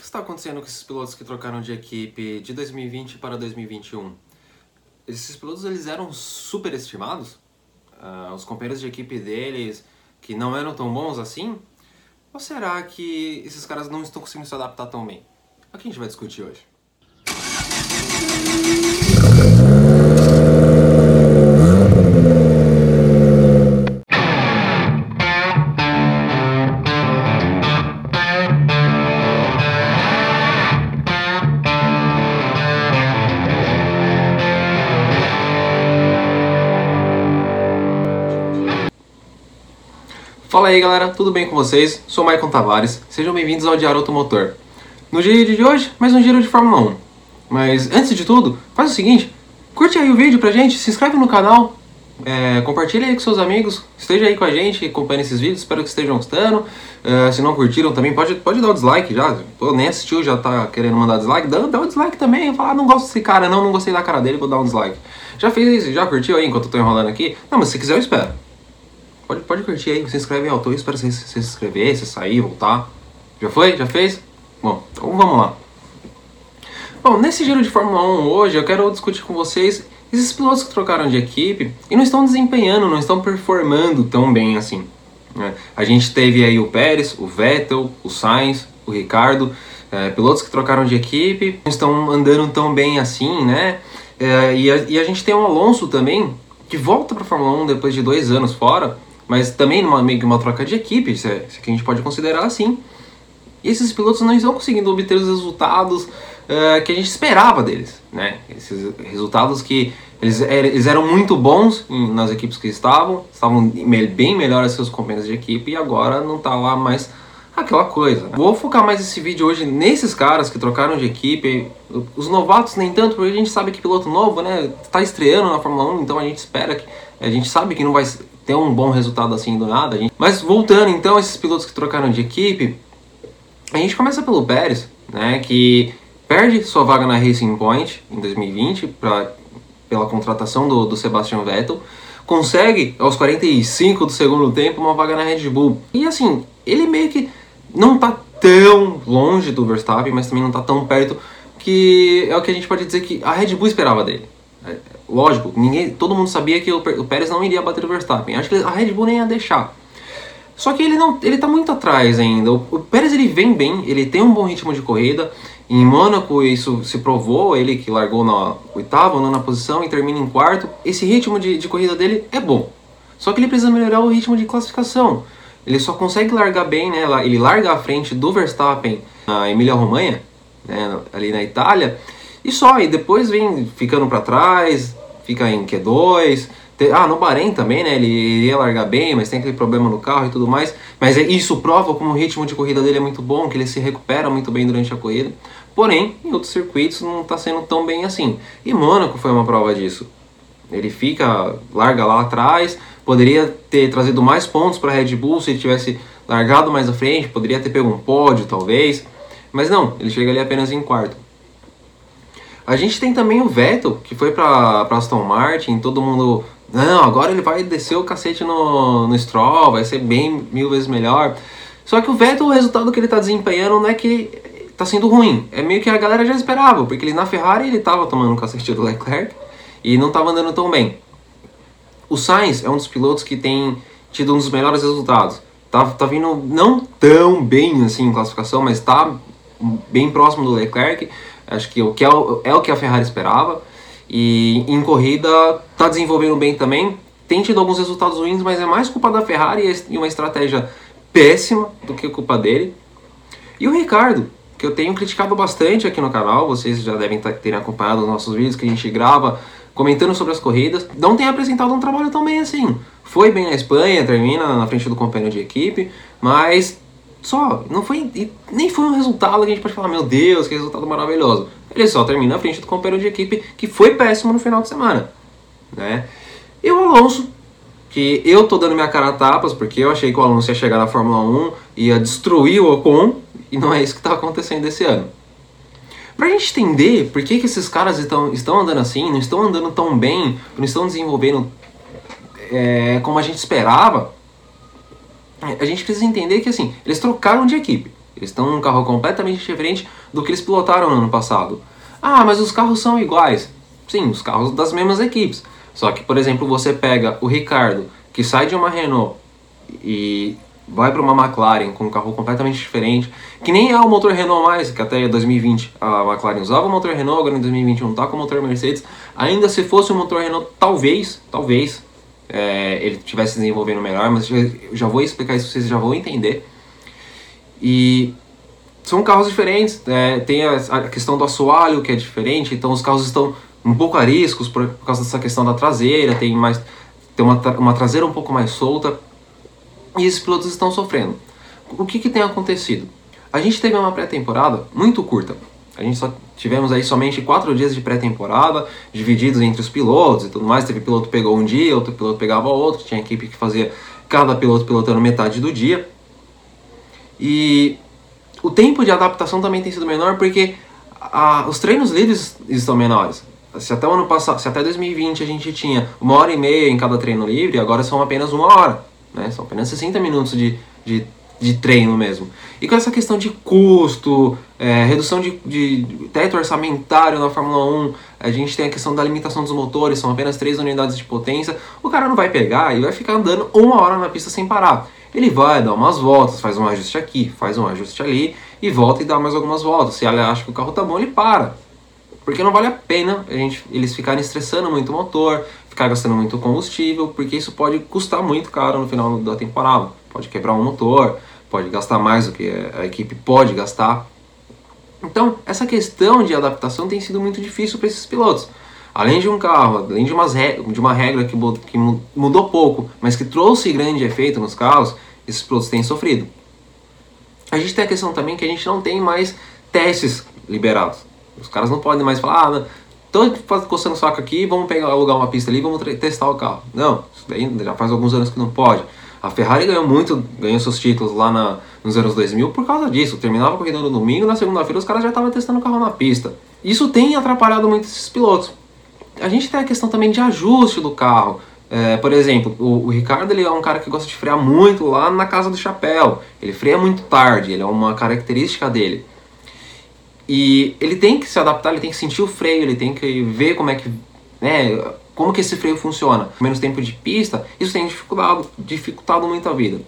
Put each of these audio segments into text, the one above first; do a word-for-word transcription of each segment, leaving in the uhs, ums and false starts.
está acontecendo com esses pilotos que trocaram de equipe de dois mil e vinte para dois mil e vinte e um? Esses pilotos eles eram superestimados? Uh, os companheiros de equipe deles que não eram tão bons assim? Ou será que esses caras não estão conseguindo se adaptar tão bem? É o que a gente vai discutir hoje. Fala aí galera, tudo bem com vocês? Sou Maicon Tavares, sejam bem-vindos ao Diário Automotor. No giro de hoje, mais um giro de Fórmula um. Mas antes de tudo, faz o seguinte, curte aí o vídeo pra gente, se inscreve no canal, é, compartilha aí com seus amigos, esteja aí com a gente acompanhando esses vídeos, espero que estejam gostando. Uh, se não curtiram também, pode, pode dar o dislike já, pô, nem assistiu, já tá querendo mandar dislike, dá, dá o dislike também, fala, ah, não gosto desse cara não, não gostei da cara dele, vou dar um dislike. Já fez isso, já curtiu aí enquanto eu tô enrolando aqui? Não, mas se quiser eu espero. Pode, pode curtir aí, se inscreve em autor, espero você se inscrever, se sair, voltar. Já foi? Já fez? Bom, então vamos lá. Bom, nesse giro de Fórmula um hoje eu quero discutir com vocês esses pilotos que trocaram de equipe e não estão desempenhando, não estão performando tão bem assim. Né? A gente teve aí o Pérez, o Vettel, o Sainz, o Ricardo, é, pilotos que trocaram de equipe, não estão andando tão bem assim, né? É, e, a, e a gente tem o Alonso também, que volta para a Fórmula um depois de dois anos fora, mas também numa, meio que uma troca de equipe, se é, se é que a gente pode considerar assim. E esses pilotos não estão conseguindo obter os resultados uh, que a gente esperava deles, né? Esses resultados que eles, eles eram muito bons em, nas equipes que estavam, estavam bem melhores que seus companheiros de equipe e agora não está lá mais aquela coisa. Né? Vou focar mais esse vídeo hoje nesses caras que trocaram de equipe, os novatos nem tanto, porque a gente sabe que piloto novo, né, está estreando na Fórmula um, então a gente espera que, a gente sabe que não vai ter um bom resultado assim do nada. A gente... Mas voltando então a esses pilotos que trocaram de equipe, a gente começa pelo Pérez, né, que perde sua vaga na Racing Point em dois mil e vinte pra, pela contratação do, do Sebastian Vettel, consegue aos quarenta e cinco do segundo tempo uma vaga na Red Bull. E assim, ele meio que não tá tão longe do Verstappen, mas também não tá tão perto, que é o que a gente pode dizer que a Red Bull esperava dele. Lógico, ninguém, todo mundo sabia que o Pérez não iria bater o Verstappen. Acho que a Red Bull nem ia deixar. Só que ele não, ele tá muito atrás ainda. O, o Pérez ele vem bem, ele tem um bom ritmo de corrida. Em Mônaco isso se provou, ele que largou na oitava ou nona posição e termina em quarto. Esse ritmo de, de corrida dele é bom. Só que ele precisa melhorar o ritmo de classificação. Ele só consegue largar bem, né? Ele larga à frente do Verstappen na Emília-Romanha, né, ali na Itália. E só, e depois vem ficando para trás, fica em Q dois. Ah, no Bahrein também, né? Ele iria largar bem, mas tem aquele problema no carro e tudo mais. Mas isso prova como o ritmo de corrida dele é muito bom, que ele se recupera muito bem durante a corrida. Porém, em outros circuitos não está sendo tão bem assim. E Mônaco foi uma prova disso. Ele fica, larga lá atrás, poderia ter trazido mais pontos para a Red Bull se ele tivesse largado mais à frente, poderia ter pego um pódio talvez. Mas não, ele chega ali apenas em quarto. A gente tem também o Vettel, que foi para Aston Martin, todo mundo... Não, agora ele vai descer o cacete no, no Stroll, vai ser bem mil vezes melhor. Só que o Vettel, o resultado que ele está desempenhando não é que está sendo ruim. É meio que a galera já esperava, porque ele na Ferrari ele estava tomando um cacete do Leclerc e não estava andando tão bem. O Sainz é um dos pilotos que tem tido um dos melhores resultados. Tá, tá vindo não tão bem assim em classificação, mas está bem próximo do Leclerc. Acho que, o que é, o, é o que a Ferrari esperava. E em corrida está desenvolvendo bem também. Tem tido alguns resultados ruins, mas é mais culpa da Ferrari e uma estratégia péssima do que culpa dele. E o Ricardo, que eu tenho criticado bastante aqui no canal, vocês já devem ter acompanhado os nossos vídeos que a gente grava comentando sobre as corridas, não tem apresentado um trabalho tão bem assim. Foi bem na Espanha, termina na frente do companheiro de equipe, mas só, não foi, nem foi um resultado que a gente pode falar, meu Deus, que resultado maravilhoso. Ele só termina na frente do companheiro de equipe, que foi péssimo no final de semana, né? E o Alonso, que eu tô dando minha cara a tapas, porque eu achei que o Alonso ia chegar na Fórmula um, ia destruir o Ocon, e não é isso que tá acontecendo esse ano. Pra gente entender por que, que esses caras estão, estão andando assim, não estão andando tão bem, não estão desenvolvendo é, como a gente esperava, a gente precisa entender que assim, eles trocaram de equipe. Eles estão num carro completamente diferente do que eles pilotaram no ano passado. Ah, mas os carros são iguais. Sim, os carros das mesmas equipes. Só que, por exemplo, você pega o Ricciardo, que sai de uma Renault e vai para uma McLaren com um carro completamente diferente, que nem é o motor Renault mais, que até dois mil e vinte a McLaren usava o motor Renault, agora em dois mil e vinte e um está com o motor Mercedes. Ainda se fosse o motor Renault, talvez, talvez, é, ele estivesse desenvolvendo melhor, mas eu já vou explicar isso, vocês já vão entender. E são carros diferentes, é, tem a, a questão do assoalho que é diferente, então os carros estão um pouco ariscos por, por causa dessa questão da traseira, tem, mais, tem uma, uma traseira um pouco mais solta, e esses pilotos estão sofrendo. O que, que tem acontecido? A gente teve uma pré-temporada muito curta, a gente só tivemos aí somente quatro dias de pré-temporada, divididos entre os pilotos e tudo mais, teve piloto que pegou um dia, outro piloto pegava outro, tinha equipe que fazia cada piloto pilotando metade do dia, e o tempo de adaptação também tem sido menor porque a, os treinos livres estão menores. Se até o ano passado, se até dois mil e vinte a gente tinha uma hora e meia em cada treino livre, agora são apenas uma hora, né? São apenas sessenta minutos de, de, de treino mesmo. E com essa questão de custo, é, redução de, de teto orçamentário na Fórmula um, a gente tem a questão da limitação dos motores, são apenas três unidades de potência, o cara não vai pegar e vai ficar andando uma hora na pista sem parar. Ele vai dar umas voltas, faz um ajuste aqui, faz um ajuste ali e volta e dá mais algumas voltas. Se ele acha que o carro tá bom, ele para. Porque não vale a pena a gente, eles ficarem estressando muito o motor, ficar gastando muito combustível, porque isso pode custar muito caro no final da temporada. Pode quebrar um motor, pode gastar mais do que a equipe pode gastar. Então, essa questão de adaptação tem sido muito difícil para esses pilotos. Além de um carro, além de, umas re... de uma regra que, que mudou pouco, mas que trouxe grande efeito nos carros, esses pilotos têm sofrido. A gente tem a questão também que a gente não tem mais testes liberados. Os caras não podem mais falar, ah, tô coçando o saco aqui, vamos pegar, alugar uma pista ali, vamos testar o carro. Não, isso daí já faz alguns anos que não pode. A Ferrari ganhou muito, ganhou seus títulos lá na, nos anos dois mil por causa disso. Terminava a corrida no domingo, na segunda-feira os caras já estavam testando o carro na pista. Isso tem atrapalhado muito esses pilotos. A gente tem a questão também de ajuste do carro. É, por exemplo, o, o Ricciardo ele é um cara que gosta de frear muito lá na casa do chapéu. Ele freia muito tarde, ele é uma característica dele. E ele tem que se adaptar, ele tem que sentir o freio, ele tem que ver como é que, né, como que esse freio funciona. Menos tempo de pista, isso tem dificultado, dificultado muito a vida.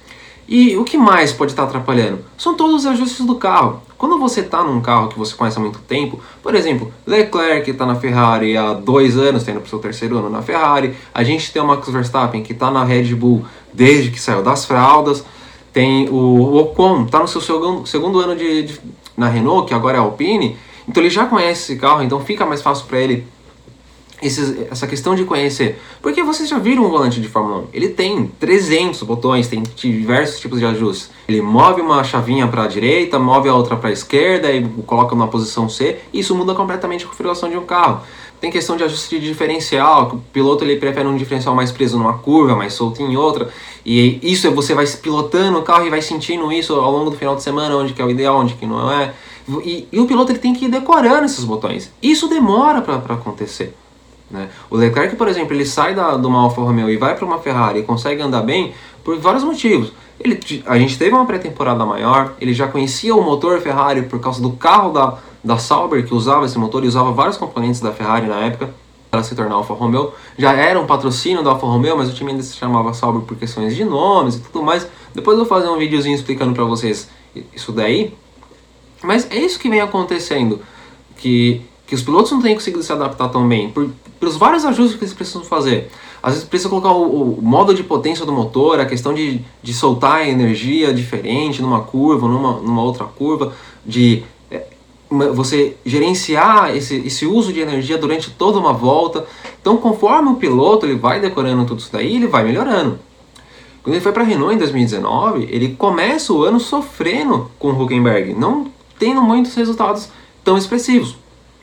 E o que mais pode estar atrapalhando? São todos os ajustes do carro. Quando você está num carro que você conhece há muito tempo, por exemplo, Leclerc está na Ferrari há dois anos, está indo para o seu terceiro ano na Ferrari, a gente tem o Max Verstappen que está na Red Bull desde que saiu das fraldas, tem o Ocon, está no seu segundo, segundo ano de, de, na Renault, que agora é Alpine, então ele já conhece esse carro, então fica mais fácil para ele Esses, essa questão de conhecer. Porque vocês já viram um volante de Fórmula um? Ele tem trezentos botões, tem diversos tipos de ajustes. Ele move uma chavinha para a direita, move a outra para a esquerda e coloca na posição C. E isso muda completamente a configuração de um carro. Tem questão de ajuste de diferencial, que o piloto ele prefere um diferencial mais preso numa curva, mais solto em outra. E isso você vai pilotando o carro e vai sentindo isso ao longo do final de semana, onde que é o ideal, onde que não é. E, e o piloto ele tem que ir decorando esses botões. Isso demora para acontecer. Né? O Leclerc, por exemplo, ele sai da, de uma Alfa Romeo e vai para uma Ferrari e consegue andar bem por vários motivos. Ele, a gente teve uma pré-temporada maior, ele já conhecia o motor Ferrari por causa do carro da, da Sauber, que usava esse motor e usava vários componentes da Ferrari na época para se tornar Alfa Romeo. Já era um patrocínio da Alfa Romeo, mas o time ainda se chamava Sauber por questões de nomes e tudo mais. Depois eu vou fazer um videozinho explicando para vocês isso daí. Mas é isso que vem acontecendo, que... que os pilotos não têm conseguido se adaptar tão bem, por, pelos vários ajustes que eles precisam fazer. Às vezes precisa colocar o, o modo de potência do motor, a questão de, de soltar a energia diferente numa curva, numa, numa outra curva, de é, você gerenciar esse, esse uso de energia durante toda uma volta. Então, conforme o piloto ele vai decorando tudo isso daí, ele vai melhorando. Quando ele foi para a Renault em dois mil e dezenove, ele começa o ano sofrendo com o Hülkenberg, não tendo muitos resultados tão expressivos.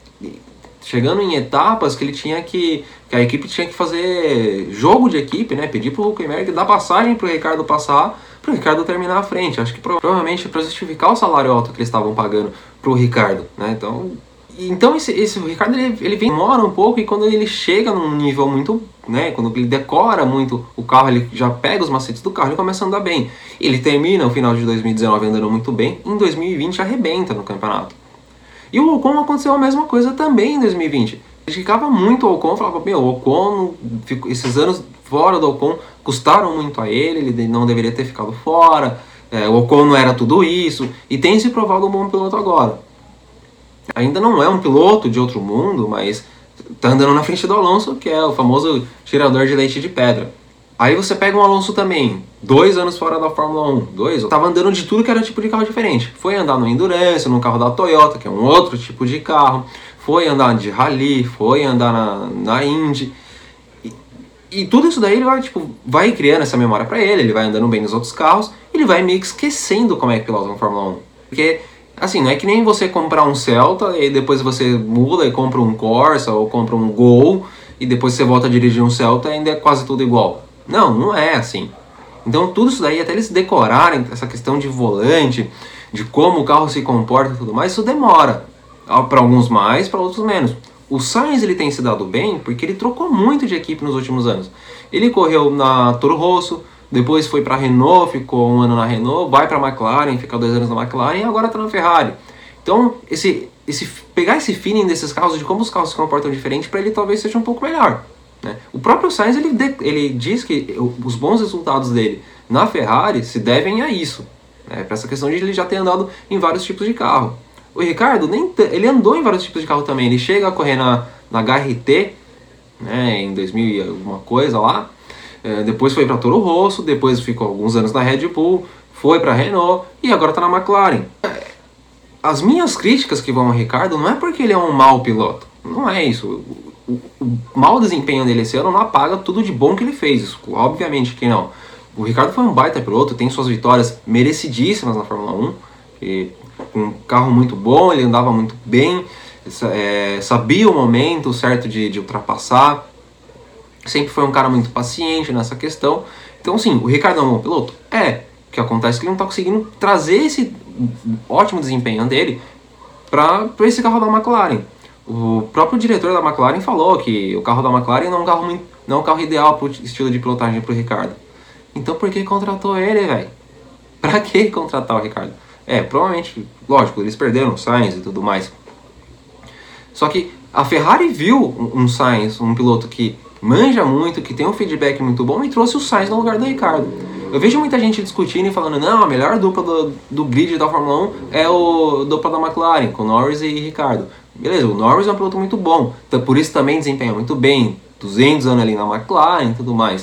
Chegando em etapas que ele tinha que, que a equipe tinha que fazer jogo de equipe, né? Pedir pro Hülkenberg dar passagem pro Ricardo passar, pro Ricardo terminar à frente. Acho que provavelmente para justificar o salário alto que eles estavam pagando pro Ricardo, né? Então, Então esse, esse o Ricardo ele, ele vem, demora um pouco, e quando ele chega num nível muito, né, quando ele decora muito o carro, ele já pega os macetes do carro, ele começa a andar bem. Ele termina o final de dois mil e dezenove andando muito bem, em dois mil e vinte arrebenta no campeonato. E o Ocon aconteceu a mesma coisa também em dois mil e vinte. Criticava muito o Ocon, falava, meu, o Ocon, esses anos fora do Ocon custaram muito a ele, ele não deveria ter ficado fora, é, o Ocon não era tudo isso, e tem se provado um bom piloto agora. Ainda não é um piloto de outro mundo, mas tá andando na frente do Alonso, que é o famoso tirador de leite de pedra. Aí você pega um Alonso também, dois anos fora da Fórmula um, dois, tava andando de tudo que era tipo de carro diferente. Foi andar no Endurance, no carro da Toyota, que é um outro tipo de carro, foi andar de Rally, foi andar na, na Indy. E, e tudo isso daí ele vai, tipo, vai criando essa memória pra ele, ele vai andando bem nos outros carros, ele vai meio que esquecendo como é que pilota uma Fórmula um. Porque, assim, não é que nem você comprar um Celta e depois você muda e compra um Corsa ou compra um Gol e depois você volta a dirigir um Celta e ainda é quase tudo igual. Não, não é assim. Então tudo isso daí, até eles decorarem essa questão de volante, de como o carro se comporta e tudo mais, isso demora. Para alguns mais, para outros menos. O Sainz ele tem se dado bem porque ele trocou muito de equipe nos últimos anos. Ele correu na Toro Rosso, depois foi para a Renault, ficou um ano na Renault, vai para a McLaren, fica dois anos na McLaren e agora está na Ferrari. Então, esse, esse, pegar esse feeling desses carros, de como os carros se comportam diferente, para ele talvez seja um pouco melhor. Né? O próprio Sainz ele, ele diz que os bons resultados dele na Ferrari se devem a isso, né? Para essa questão de ele já ter andado em vários tipos de carro. O Ricardo, nem ele andou em vários tipos de carro também, ele chega a correr na, na H R T, né, em dois mil e alguma coisa lá, é, depois foi para Toro Rosso, depois ficou alguns anos na Red Bull, foi para Renault e agora está na McLaren. As minhas críticas que vão ao Ricardo não é porque ele é um mau piloto, não é isso. O, o mau desempenho dele esse ano não apaga tudo de bom que ele fez, isso, obviamente que não. O Ricardo foi um baita piloto, tem suas vitórias merecidíssimas na Fórmula um, e com um carro muito bom, ele andava muito bem, é, sabia o momento certo de, de ultrapassar, sempre foi um cara muito paciente nessa questão. Então sim, o Ricardo é um bom piloto? É, o que acontece é que ele não está conseguindo trazer esse ótimo desempenho dele para esse carro da McLaren. O próprio diretor da McLaren falou que o carro da McLaren não é um carro, muito, não é um carro ideal para o estilo de pilotagem para o Ricardo. Então por que contratou ele, velho? Para que contratar o Ricardo? É, provavelmente, lógico, eles perderam o Sainz e tudo mais. Só que a Ferrari viu um Sainz, um piloto que manja muito, que tem um feedback muito bom, e trouxe o Sainz no lugar do Ricardo. Eu vejo muita gente discutindo e falando, não, a melhor dupla do, do grid da Fórmula um é o dupla da McLaren, com Norris e Ricardo. Beleza, o Norris é um piloto muito bom, então por isso também desempenha muito bem, duzentos anos ali na McLaren e tudo mais.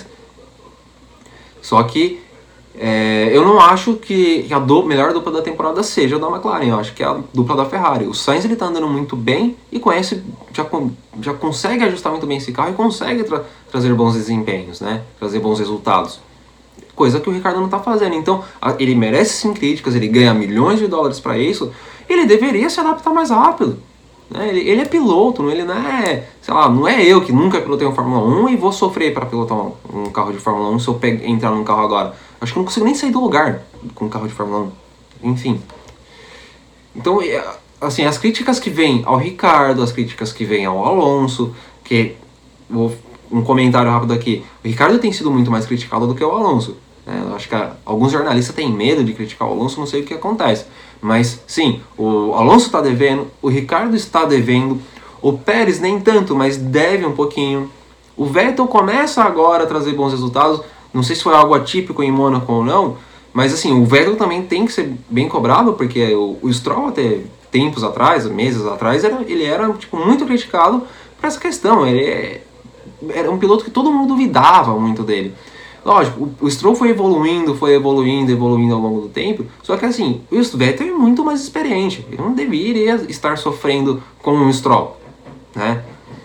Só que é, eu não acho que a do, melhor dupla da temporada seja a da McLaren, eu acho que é a dupla da Ferrari. O Sainz ele tá andando muito bem e conhece, já, já consegue ajustar muito bem esse carro e consegue tra trazer bons desempenhos, né? Trazer bons resultados. Coisa que o Ricardo não está fazendo. Então, ele merece sim críticas, ele ganha milhões de dólares para isso, ele deveria se adaptar mais rápido. Né? Ele, ele é piloto, ele não é, sei lá, não é eu que nunca pilotei um Fórmula um e vou sofrer para pilotar um, um carro de Fórmula um se eu pegar, entrar num carro agora. Acho que eu não consigo nem sair do lugar com um carro de Fórmula um. Enfim. Então, assim, as críticas que vêm ao Ricardo, as críticas que vêm ao Alonso, que, vou, um comentário rápido aqui, o Ricardo tem sido muito mais criticado do que o Alonso. Eu acho que alguns jornalistas têm medo de criticar o Alonso, não sei o que acontece. Mas, sim, o Alonso está devendo, o Ricardo está devendo, o Pérez nem tanto, mas deve um pouquinho. O Vettel começa agora a trazer bons resultados, não sei se foi algo atípico em Mônaco ou não, mas assim, o Vettel também tem que ser bem cobrado, porque o, o Stroll até tempos atrás, meses atrás, era, ele era tipo, muito criticado por essa questão. Ele é, era um piloto que todo mundo duvidava muito dele. Lógico, o Stroll foi evoluindo, foi evoluindo, evoluindo ao longo do tempo, só que assim, o Vettel é muito mais experiente, ele não deveria estar sofrendo com o Stroll, né?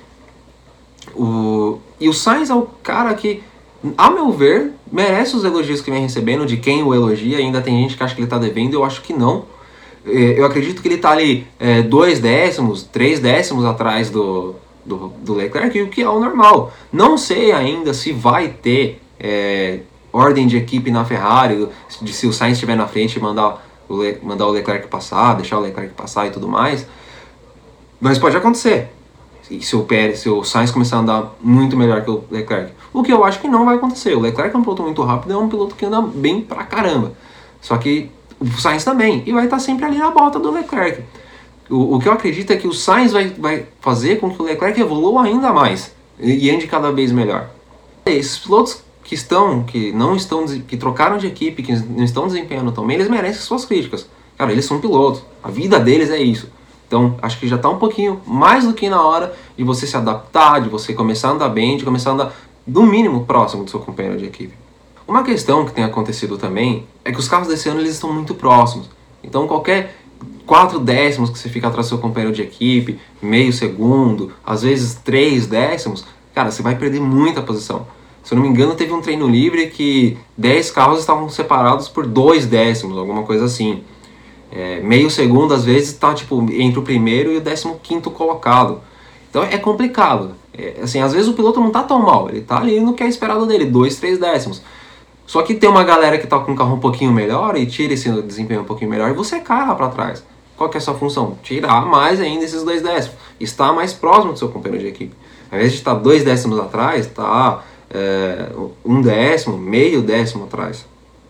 O, e o Sainz é o cara que, a meu ver, merece os elogios que vem recebendo, de quem o elogia. Ainda tem gente que acha que ele está devendo, eu acho que não. Eu acredito que ele está ali é, dois décimos, três décimos atrás do, do, do Leclerc, o que é o normal. Não sei ainda se vai ter É, ordem de equipe na Ferrari, de se o Sainz estiver na frente mandar o, Le, mandar o Leclerc passar, deixar o Leclerc passar e tudo mais. Mas pode acontecer. Se o Pérez, se o Sainz começar a andar muito melhor que o Leclerc. O que eu acho que não vai acontecer. O Leclerc é um piloto muito rápido, é um piloto que anda bem pra caramba. Só que o Sainz também. E vai estar sempre ali na bota do Leclerc. O, o que eu acredito é que o Sainz vai, vai fazer com que o Leclerc evolua ainda mais. E, e ande cada vez melhor. Esses pilotos que estão, que não estão, que trocaram de equipe, que não estão desempenhando tão bem, eles merecem suas críticas. Cara, eles são pilotos. A vida deles é isso. Então, acho que já está um pouquinho mais do que na hora de você se adaptar, de você começar a andar bem, de começar a andar, no mínimo, próximo do seu companheiro de equipe. Uma questão que tem acontecido também é que os carros desse ano eles estão muito próximos. Então, qualquer quatro décimos que você fica atrás do seu companheiro de equipe, meio segundo, às vezes três décimos, cara, você vai perder muita posição. Se eu não me engano, teve um treino livre que dez carros estavam separados por dois décimos, alguma coisa assim. É, meio segundo, às vezes, está tipo, entre o primeiro e o décimo quinto colocado. Então é complicado. É, assim, às vezes o piloto não está tão mal, ele está ali no que é esperado dele, dois, três décimos. Só que tem uma galera que está com um carro um pouquinho melhor e tira esse desempenho um pouquinho melhor e você cai lá para trás. Qual que é a sua função? Tirar mais ainda esses dois décimos. Estar mais próximo do seu companheiro de equipe. Ao invés de estar dois décimos atrás, está é, um décimo, meio décimo atrás.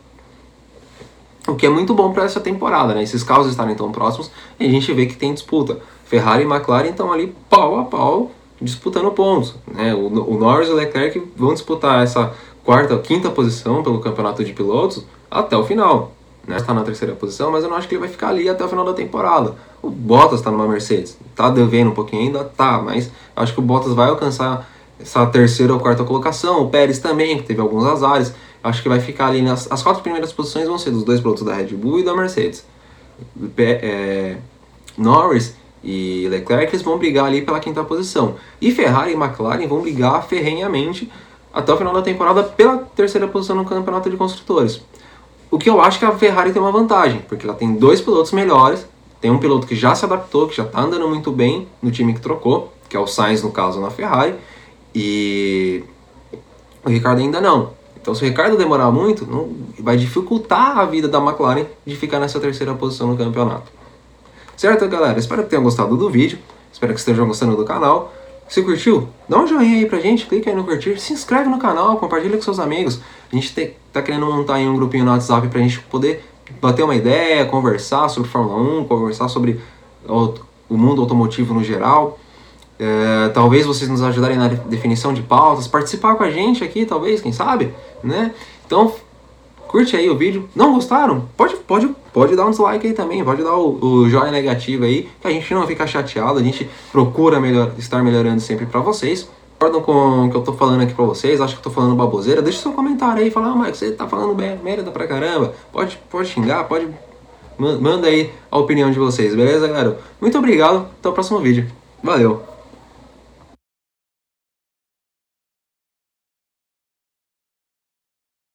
O que é muito bom para essa temporada, né? Esses carros estarem tão próximos e a gente vê que tem disputa. Ferrari e McLaren estão ali pau a pau disputando pontos, né? O, o Norris e o Leclerc vão disputar essa quarta, quinta posição pelo campeonato de pilotos até o final. Né? Está na terceira posição, mas eu não acho que ele vai ficar ali até o final da temporada. O Bottas está numa Mercedes, tá devendo um pouquinho ainda, tá, mas eu acho que o Bottas vai alcançar essa terceira ou quarta colocação. O Pérez também, que teve alguns azares. Acho que vai ficar ali nas as quatro primeiras posições vão ser dos dois pilotos da Red Bull e da Mercedes. É, Norris e Leclerc eles vão brigar ali pela quinta posição. E Ferrari e McLaren vão brigar ferrenhamente até o final da temporada pela terceira posição no campeonato de construtores. O que eu acho que a Ferrari tem uma vantagem, porque ela tem dois pilotos melhores, tem um piloto que já se adaptou, que já está andando muito bem no time que trocou, que é o Sainz no caso na Ferrari, e o Ricardo ainda não. Então, se o Ricardo demorar muito, não, vai dificultar a vida da McLaren de ficar nessa terceira posição no campeonato. Certo, galera? Espero que tenham gostado do vídeo. Espero que estejam gostando do canal. Se curtiu, dá um joinha aí pra gente, clica aí no curtir, se inscreve no canal, compartilha com seus amigos. A gente te, tá querendo montar aí um grupinho no WhatsApp pra gente poder bater uma ideia, conversar sobre Fórmula um, conversar sobre o, o mundo automotivo no geral. É, talvez vocês nos ajudarem na definição de pautas, participar com a gente aqui, talvez, quem sabe, né? Então, curte aí o vídeo. Não gostaram? Pode, pode, pode dar um dislike aí também, pode dar o, o joinha negativo aí, que a gente não fica chateado, a gente procura melhor, estar melhorando sempre pra vocês. Concordam com o que eu tô falando aqui pra vocês? Acho que eu tô falando baboseira? Deixa seu comentário aí, fala, ah, Mike, você tá falando merda pra caramba. Pode, pode xingar, pode... Manda aí a opinião de vocês, beleza, galera? Muito obrigado, até o próximo vídeo. Valeu!